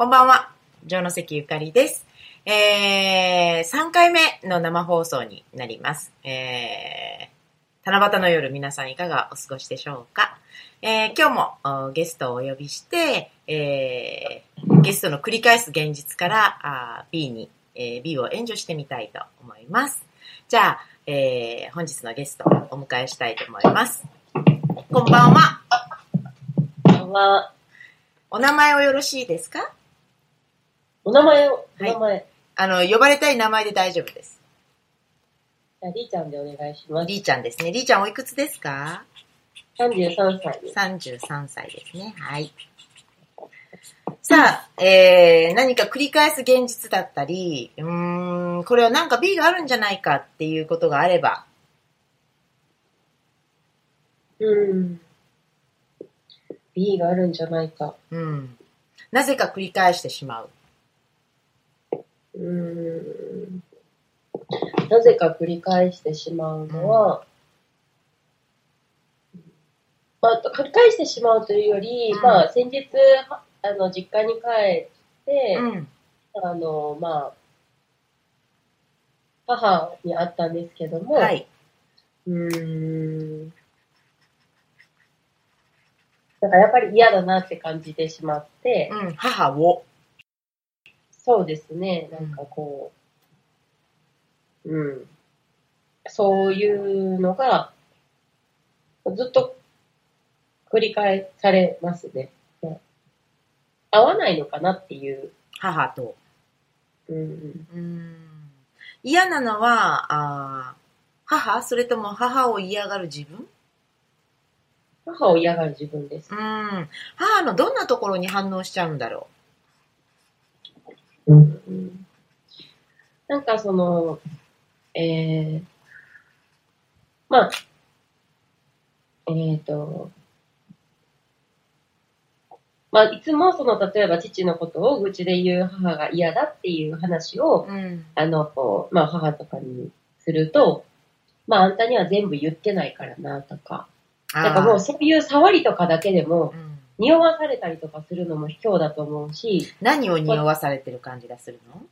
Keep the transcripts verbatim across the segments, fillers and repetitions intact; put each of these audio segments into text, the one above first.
こんばんは、城関ゆかりです。えー、さんかいめの生放送になります。えー、七夕の夜、皆さんいかがお過ごしでしょうか。えー、今日もゲストをお呼びして、えー、ゲストの繰り返す現実からあ B に、えー、B を援助してみたいと思います。じゃあ、えー、本日のゲストをお迎えしたいと思います。こんばんは。 こんばんは。 お名前をよろしいですか？ お名前を、お名前。 はい、あの、呼ばれたい名前で大丈夫です。 じゃあ、りーちゃんでお願いします。 りーちゃんですね。りーちゃんおいくつですか？ さんじゅうさんさいです。 さんじゅうさんさいですね。はい。さあ、えー、何か繰り返す現実だったり、うーん、これはなんか B があるんじゃないかっていうことがあれば。 うん。B があるんじゃないか。 うん。なぜか繰り返してしまう。 うーん。なぜか繰り返してしまうのは、うん、まあ、繰り返してしまうというより、うん、まあ、先日、あの、実家に帰って、うん、あの、まあ、母に会ったんですけども、はい、うーん。だからやっぱり嫌だなって感じてしまって、 うん、母を。 そうですね、なんかこう、うん、そういうのが、ずっと繰り返されますね。合わないのかなっていう。 母と。 うん、 うん、嫌なのは、あ母？それとも母を嫌がる自分？ 母を嫌がる自分です。 うん。母のどんなところに反応しちゃうんだろう。うん、なんかその、えー、まあ、えっと、まあ、いつもその、例えば父のことを愚痴で言う母が嫌だっていう話を、うん、あの、まあ、母とかにすると、まあ、あんたには全部言ってないからな、とか。なんかもうそういう触りとかだけでも、うん、匂わされたりとかするのも卑怯だと思うし。 何を匂わされてる感じがするの？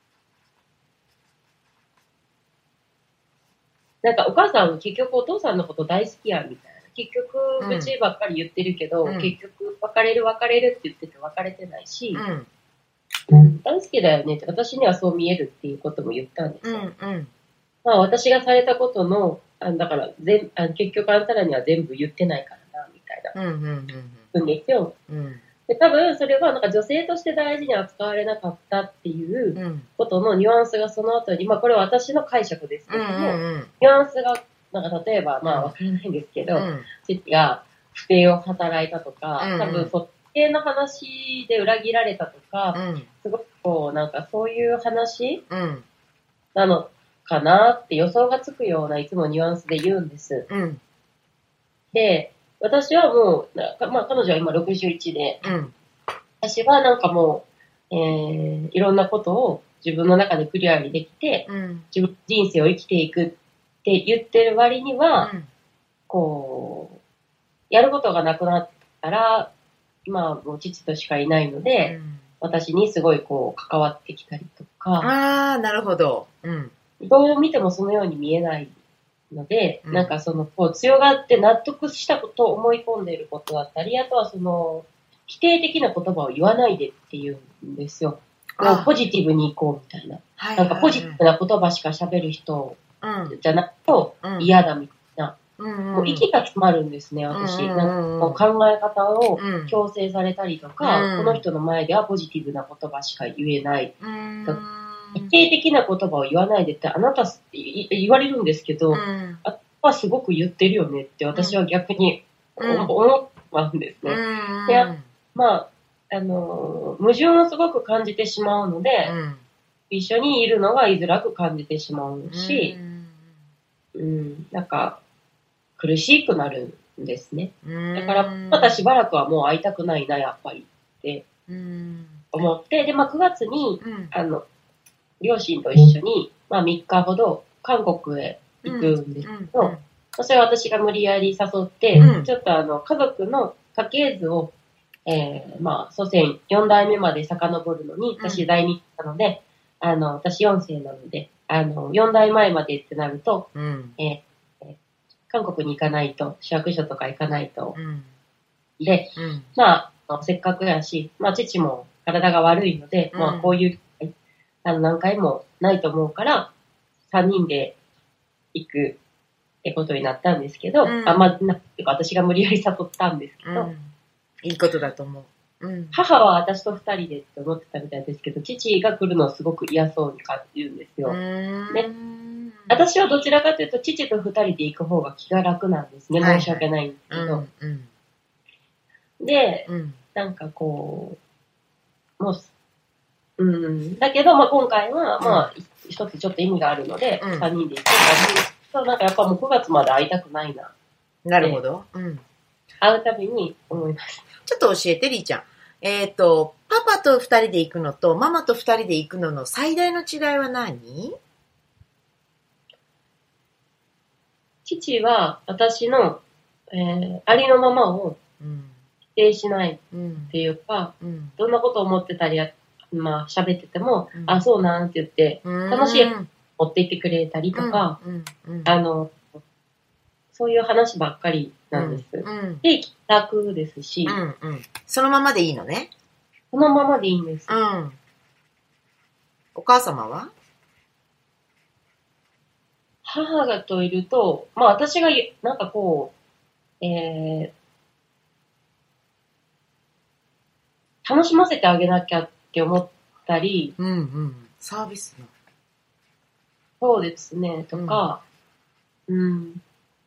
なんかお母さん結局お父さんのこと大好きやんみたいな。結局愚痴ばっかり言ってるけど、うん、結局別れる別れるって言ってて別れてないし、うん、大好きだよねって、私にはそう見えるっていうことも言ったんですよ。うんうん、まあ私がされたことの、あだから全あ結局あんたらには全部言ってないからなみたいな、うんうんうんうん、ですよ。うん、で多分それはなんか女性として大事に扱われなかったっていうことのニュアンスがその後に、まあこれは私の解釈ですけども、うんうんうん、ニュアンスがなんか例えばまあわからないんですけど、うん、父が不正を働いたとか、うんうん、多分そっちの話で裏切られたとか、うん、すごくこうなんかそういう話、うん、なのかなって予想がつくようないつもニュアンスで言うんです。うん、で、私はもう、まあ彼女は今ろくじゅういちで、うん、私はなんかもう、えー、いろんなことを自分の中でクリアにできて、うん、自分人生を生きていくって言ってる割には、うん、こう、やることがなくなったら、今もう父としかいないので、うん、私にすごいこう関わってきたりとか。 ああ、なるほど。うん。 どう見てもそのように見えないので、うん、なんかその、こう強がって納得したことを思い込んでいることだったり、あとはその、否定的な言葉を言わないでっていうんですよ。ポジティブに行こうみたいな。はいはいはい、なんかポジティブな言葉しか喋る人じゃなくと嫌だみたいな。うんうん、もう息が詰まるんですね、私。うんうんうん、なんか考え方を強制されたりとか、うん、この人の前ではポジティブな言葉しか言えない。うん、否定的な言葉を言わないでって、あなたって言われるんですけど、うん、あなたはすごく言ってるよねって私は逆に思ったんですね。うん、でまあ、あのー、矛盾をすごく感じてしまうので、うん、一緒にいるのが居づらく感じてしまうし、うん、うん、なんか苦しくなるんですね。だからまたしばらくはもう会いたくないな、やっぱりって思って、で、まあくがつに、うん、あの、両親と一緒に、まあみっかほど韓国へ行くんですけど、うんうんうん、それは私が無理やり誘って、うん、ちょっとあの、家族の家系図をえー、まあ、祖先よん代目まで遡るのに、私だいになので、うん、あの、私よん世なので、あの、よん代前までってなると、うん、えー、韓国に行かないと、市役所とか行かないと。うん、で、うん、まあ、せっかくやし、まあ、父も体が悪いので、うん、まあ、こういう、あの、何回もないと思うから、さんにんで行くってことになったんですけど、うん、あ、まあ、なんていうか私が無理やり誘ったんですけど、うん、 いいことだと思う。うん、 母は私と二人でって思ってたみたいですけど、父が来るのをすごく嫌そうに感じるんですよ。ね、私はどちらかというと、父と二人で行く方が気が楽なんですね。申し訳ないんですけど。はいはい、うんうん、で、うん、なんかこう、もう、うん、だけど、まあ今回は、まあ、一つちょっと意味があるので、三、うん、人で行ってたり、なんかやっぱもうくがつまで会いたくないな。 なるほど。うん。 会うたびに思います。 ちょっと教えて、りーちゃん。えっ、ー、と、パパと二人で行くのと、ママと二人で行くのの最大の違いは何？ 父は私の、えー、ありのままを否定しないっていうか、うんうん、どんなことを思ってたり、まあ喋ってても、うん、あ、そうなんって言って、楽しい持って行ってくれたりとか、うんうんうん、あの、そういう話ばっかりなんです。うんうん、で、帰宅ですし、 うんうん、そのままでいいのね。 そのままでいいんです。 うん、お母様は？ 母がといると、まあ私が、なんかこう、えー、楽しませてあげなきゃって思ったり、 うんうん、サービスの。 そうですね、とか、うん、うん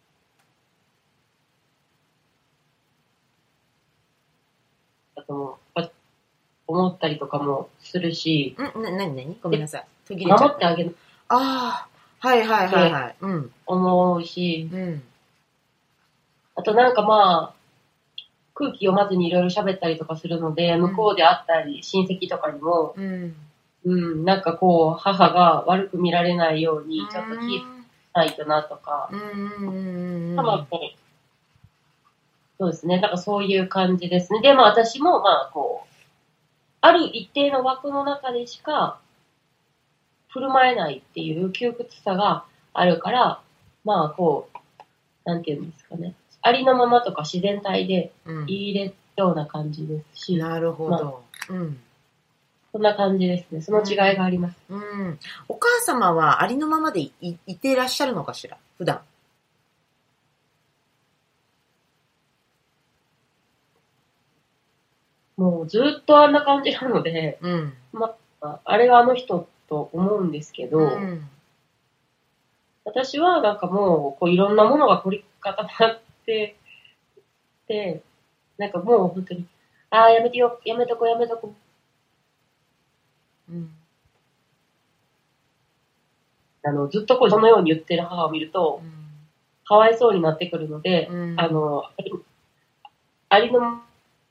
だと思ったりとかもするし。 んな、なになにごめんなさい。 途切れちゃった。守ってあげる。 ああ、はいはいはいはい。うん。 思うし。うん。あとなんかまあ、空気読まずにいろいろ喋ったりとかするので、向こうで会ったり、親戚とかにも、うん。うん、なんかこう、母が悪く見られないように、ちょっと気ないとなとか。うんうんうんうん。たまにそうですね。なんかそういう感じですね。で、まあ私もまあこう、ある一定の枠の中でしか振る舞えないっていう窮屈さがあるから、まあこう、なんていうんですかね。ありのままとか自然体で入れるような感じですし。 うん、なるほど。まあ、うん。 そんな感じですね。その違いがあります。 うん。うん、お母様はありのままで い, い, いていらっしゃるのかしら普段。 もうずっとあんな感じなので、うん、まあ、あれがあの人と思うんですけど、うん、私はなんかもう、こういろんなものが凝り固まってて、なんかもう本当に、ああ、やめてよ、やめとこやめとこ。うん、あの、ずっとこうそのように言ってる母を見ると、うん、かわいそうになってくるので、うん、あの、ありの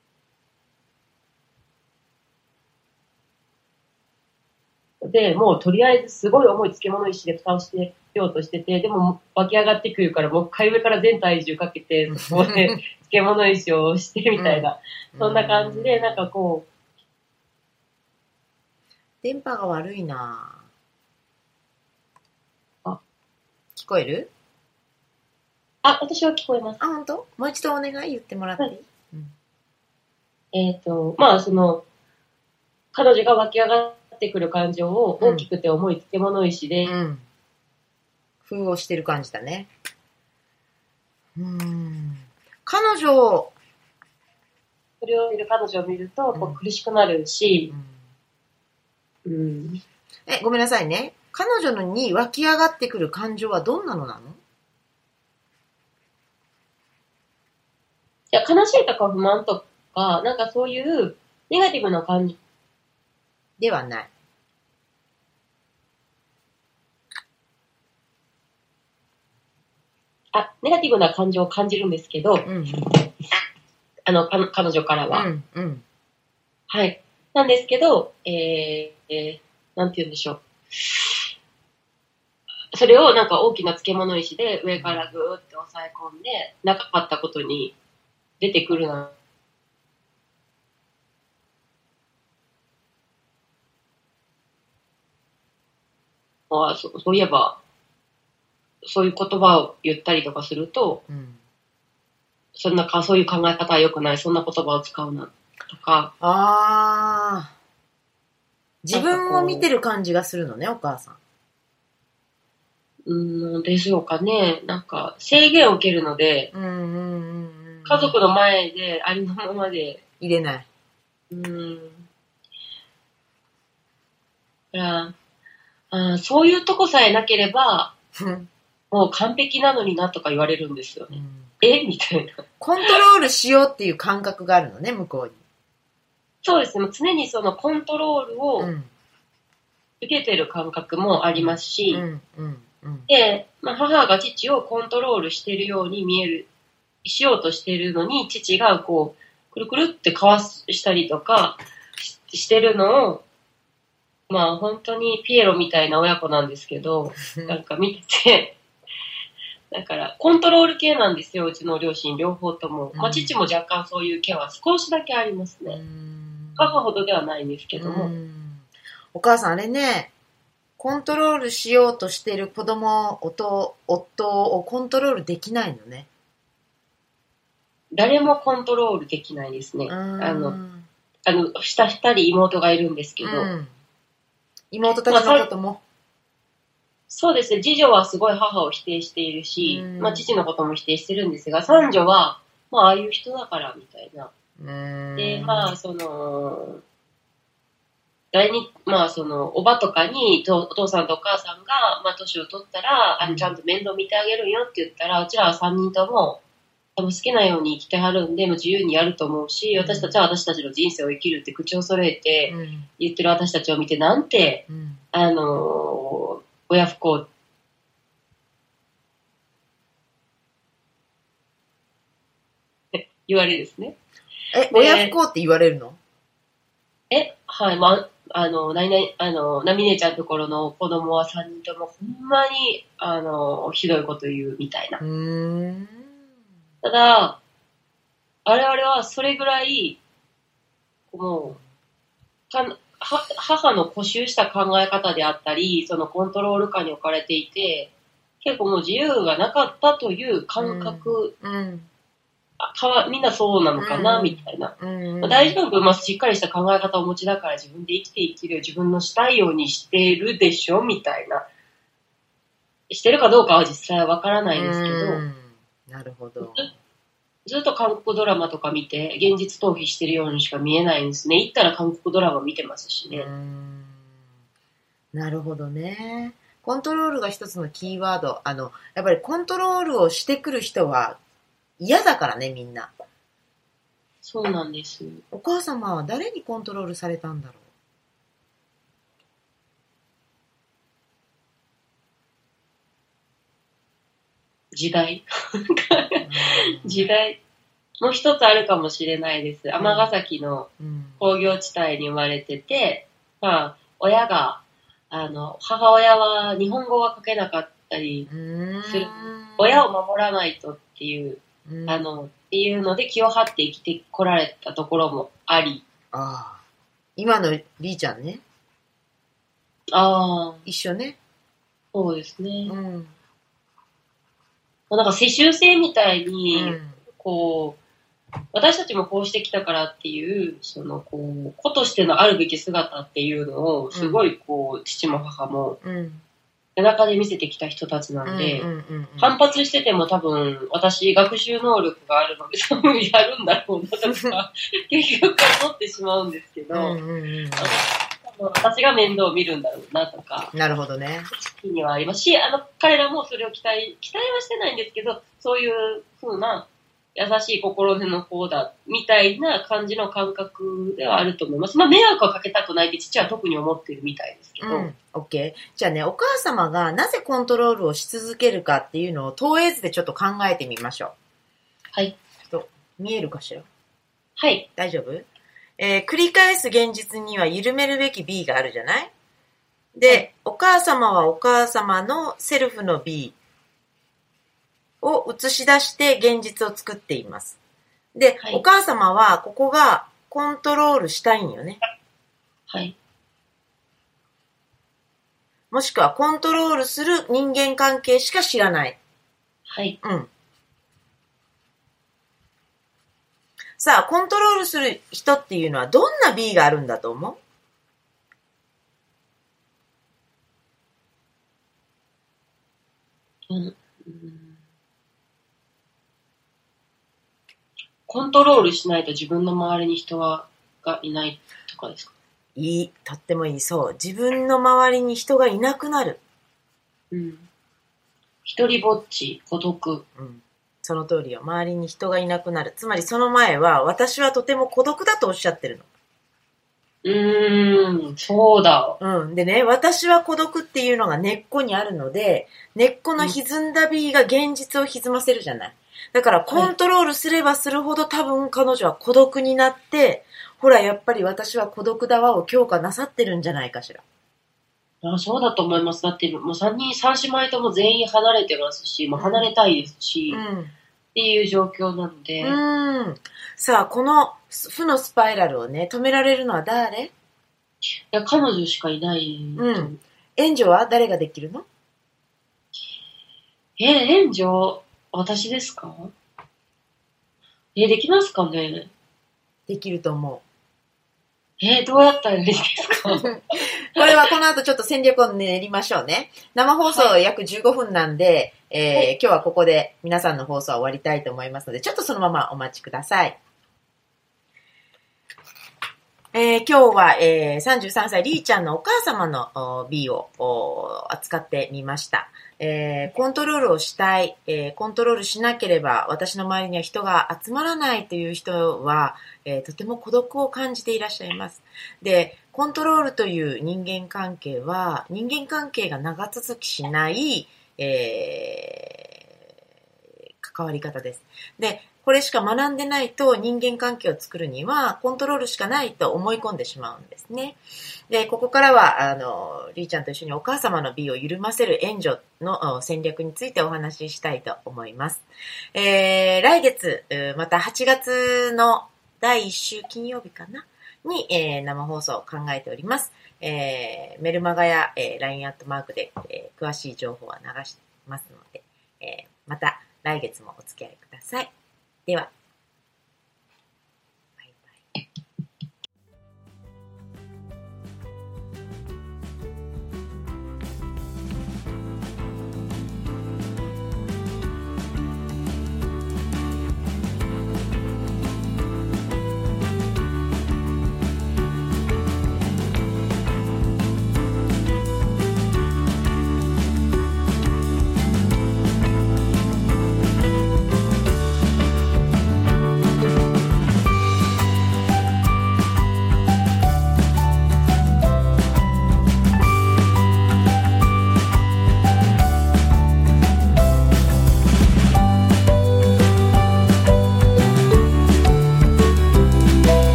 で、もうとりあえずすごい重い漬物石で蓋をしてようとしてて、でも湧き上がってくるからもう一回上から全体重かけて、そこで漬物石を押してみたいな、うん、そんな感じで、なんかこう。 電波が悪いなぁ。あ、聞こえる？ あ、私は聞こえます。 あ、本当？もう一度お願い言ってもらっていい？はい、うん、 えっと、まあその、彼女が湧き上がってくる感情を大きくて重い漬物石で、うんうん、 封をしてる感じだね。うーん。彼女、 それを見る彼女を見ると、こう苦しくなるし、 うんうん、え、ごめんなさいね。彼女のに湧き上がってくる感情はどんなのなの？ いや、悲しいとか不満とか、なんかそういうネガティブな感じではない。 あ、ネガティブな感情を感じるんですけど、うんうん、あの、彼女からは、うんうん。はい。なんですけど、えー、えー、なんて言うんでしょう。それをなんか大きな漬物石で上からぐーって押さえ込んで、なかったことに出てくるな。 あそそういえば、そういう言葉を言ったりとかすると、うん、そんなか、そういう考え方は良くない、そんな言葉を使うな、とか。 ああ。自分を見てる感じがするのね、お母さん。 うん、でしょうかね。なんか、制限を受けるので、うんうんうんうん、家族の前でありのままで。 入れない。 うん。だから、あ、そういうとこさえなければ、もう完璧なのになとか言われるんですよね。うん、えみたいな。 コントロールしようっていう感覚があるのね、向こうに。 そうですね。常にそのコントロールを受けてる感覚もありますし、うんうんうん、で、まあ、母が父をコントロールしているように見える、しようとしているのに、父がこう、くるくるってかわしたりとか し, してるのを、まあ本当にピエロみたいな親子なんですけど、なんか見てて、だからコントロール系なんですよ、うちの両親両方とも。まあ父も若干そういう系は少しだけありますね。母ほどではないんですけども。 お母さんあれね、コントロールしようとしてる子供、夫、夫をコントロールできないのね。 誰もコントロールできないですね。あの、あの、下二人妹がいるんですけど。うん、 妹たちのことも、まあ、 そうですね。次女はすごい母を否定しているし、うん、まあ父のことも否定してるんですが、三女は、まあああいう人だからみたいな。うん、で、まあその、誰に、まあその、おばとかに、お父さんとお母さんが、まあ年を取ったら、あの、ちゃんと面倒見てあげるよって言ったら、うちらは三人とも、多分好きなように生きてはるんで、もう自由にやると思うし、私たちは私たちの人生を生きるって口を揃えて言ってる私たちを見て、なんて、うん、あのー、親不孝って言われるですね。 え、親不孝って言われるの？ え、はい、まあ、あの、なになに、あの、なみねちゃんのところの子供はさんにんともほんまに、あの、ひどいこと言うみたいな。うーん、ただ、我々はそれぐらい、もう、かは母の固執した考え方であったり、そのコントロール下に置かれていて、結構もう自由がなかったという感覚、うんうん、かわみんなそうなのかな、うん、みたいな。うんまあ、大丈夫、まあ、しっかりした考え方をお持ちだから自分で生きていけるよ、自分のしたいようにしてるでしょ、みたいな。してるかどうかは実際はわからないですけど。うん、 なるほど。 ずっと韓国ドラマとか見て、現実逃避してるようにしか見えないんですね。行ったら韓国ドラマ見てますしね。うーん、 なるほどね。コントロールが一つのキーワード。あの、やっぱりコントロールをしてくる人は嫌だからね、みんな。 そうなんです。 お母様は誰にコントロールされたんだろう。 時代時代もう一つあるかもしれないです。尼崎の工業地帯に生まれてて、まあ、親が、あの、母親は日本語が書けなかったりする。親を守らないとっていう、あの、っていうので気を張って生きてこられたところもあり。 ああ。今のりーちゃんね。 ああ。 一緒ね。 そうですね。うん。なんか世襲制みたいに、うん、こう、私たちもこうしてきたからっていう、その、こう、子としてのあるべき姿っていうのを、すごい、こう、父も母も、背中で見せてきた人たちなんで、反発してても多分、私、学習能力があるので、多分やるんだろうなとか、結局思ってしまうんですけど、うんうんうん、私が面倒を見るんだろうなとか。 なるほどね。 気にはありますし、あの、彼らもそれを期待、期待はしてないんですけど、そういう風な優しい心根の子だ、みたいな感じの感覚ではあると思います。まあ、迷惑はかけたくないって父は特に思っているみたいですけど。うん、 OK。じゃあね、お母様がなぜコントロールをし続けるかっていうのを投影図でちょっと考えてみましょう。 はい。 ちょっと、見えるかしら？ はい。 大丈夫？えー、繰り返す現実には緩めるべき B があるじゃない？で、はい、お母様はお母様のセルフの B を映し出して現実を作っています。で、はい、お母様はここがコントロールしたいんよね。 はい。 もしくはコントロールする人間関係しか知らない。 はい。 うん。さあ、コントロールする人っていうのはどんな B があるんだと思う？ うん、コントロールしないと自分の周りに人はがいないとかですか？ いい、とってもいい。そう。自分の周りに人がいなくなる。 うん。一人ぼっち、孤独。 うん。その通りよ。周りに人がいなくなる。つまりその前は、私はとても孤独だとおっしゃってるの。 うーん、そうだ。 うん。でね、私は孤独っていうのが根っこにあるので、根っこの歪んだ B が現実を歪ませるじゃない。だからコントロールすればするほど多分彼女は孤独になって、ほらやっぱり私は孤独だわを強化なさってるんじゃないかしら。 あ、そうだと思います。だってもう三人、三姉妹とも全員離れてますし、もう離れたいですし、うん、っていう状況なので。 うん。さあ、この負のスパイラルをね、止められるのは誰？いや、彼女しかいない。 うん。援助は誰ができるの？ え、援助、私ですか？え、できますかね？ できると思う。 えー、どうやったらいいですか？これはこの後ちょっと戦略を練りましょうね。生放送約じゅうごふんなんで、はい、えーはい、今日はここで皆さんの放送は終わりたいと思いますので、ちょっとそのままお待ちください。えー、今日は、えー、さんじゅうさんさいりーちゃんのお母様の B を扱ってみました。えー、コントロールをしたい、えー、コントロールしなければ私の周りには人が集まらないという人は、えー、とても孤独を感じていらっしゃいます。で、コントロールという人間関係は人間関係が長続きしない、えー、関わり方です。で、これしか学んでないと人間関係を作るにはコントロールしかないと思い込んでしまうんですね。で、ここからは、あの、りーちゃんと一緒にお母様の美を緩ませる援助の戦略についてお話ししたいと思います。えー、来月、またはちがつのだいいっ週金曜日かなに、えー、生放送を考えております。えー、メルマガや、えー、ライン アットマークで、えー、詳しい情報は流してますので、えー、また来月もお付き合いください。では。